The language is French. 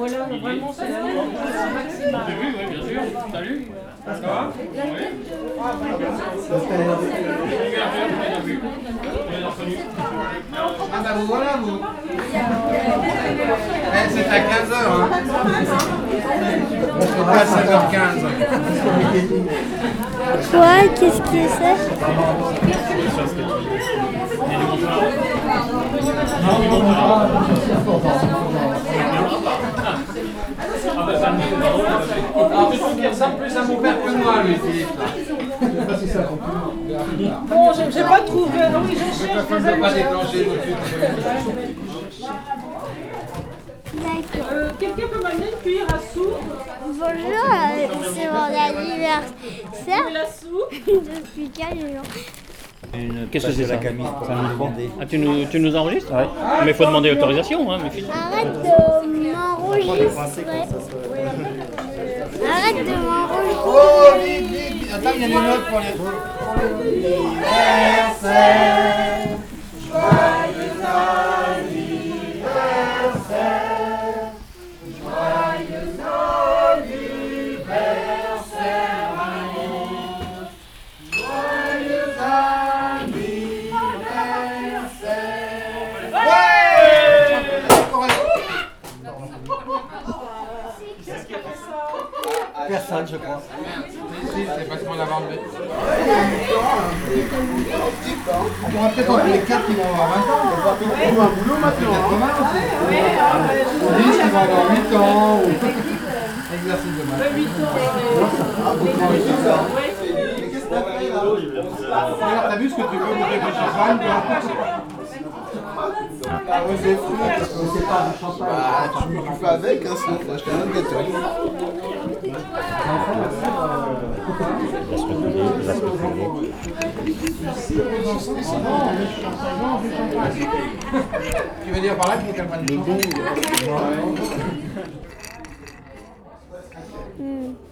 Voilà, vraiment, c'est la maximale. J'ai vu, oui, bien sûr. Salut. Ça va? Ah bah vous voilà vous. C'est à 15h hein. On à 16h15. Toi, qu'est-ce que c'est? Il ressemble plus à mon père que moi lui Philippe. Bon, j'ai pas trouvé. Ah oui, je cherche. Je ne peux pas déclencher tout de suite. Quelqu'un peut m'amener une cuillère à soupe? Bonjour, c'est mon anniversaire. La soupe? Je suis Camille. Qu'est-ce que c'est ça? C'est un micro. Ah, tu nous enregistres? Ouais. Mais il faut demander autorisation, hein, mes filles. Arrête de m'enregistrer. Arrête de m'enregistrer. Oh vite, vite. Attends, il y a les notes pour les... Anniversaire. Joyeux anniversaire. Joyeux anniversaire, Marie. Joyeux anniversaire. Personne, je crois. C'est parce qu'on l'avait enlevé. On pourra peut-être en les 4 qui vont avoir 20 ans. On va faire un boulot maintenant. 80 aussi. Ou 10 qui vont avoir 8 ans. Exercice de maths. 8 ans. Mais qu'est-ce que t'as fait là? Alors, t'as vu ce que tu veux goûter du champagne? Ah ouais, c'est fou. C'est pas du champagne. Bah, tu fais avec, hein, sinon faut acheter un autre gâteau. Tu veux dire par là qu'il faut qu'elle prenne le goût?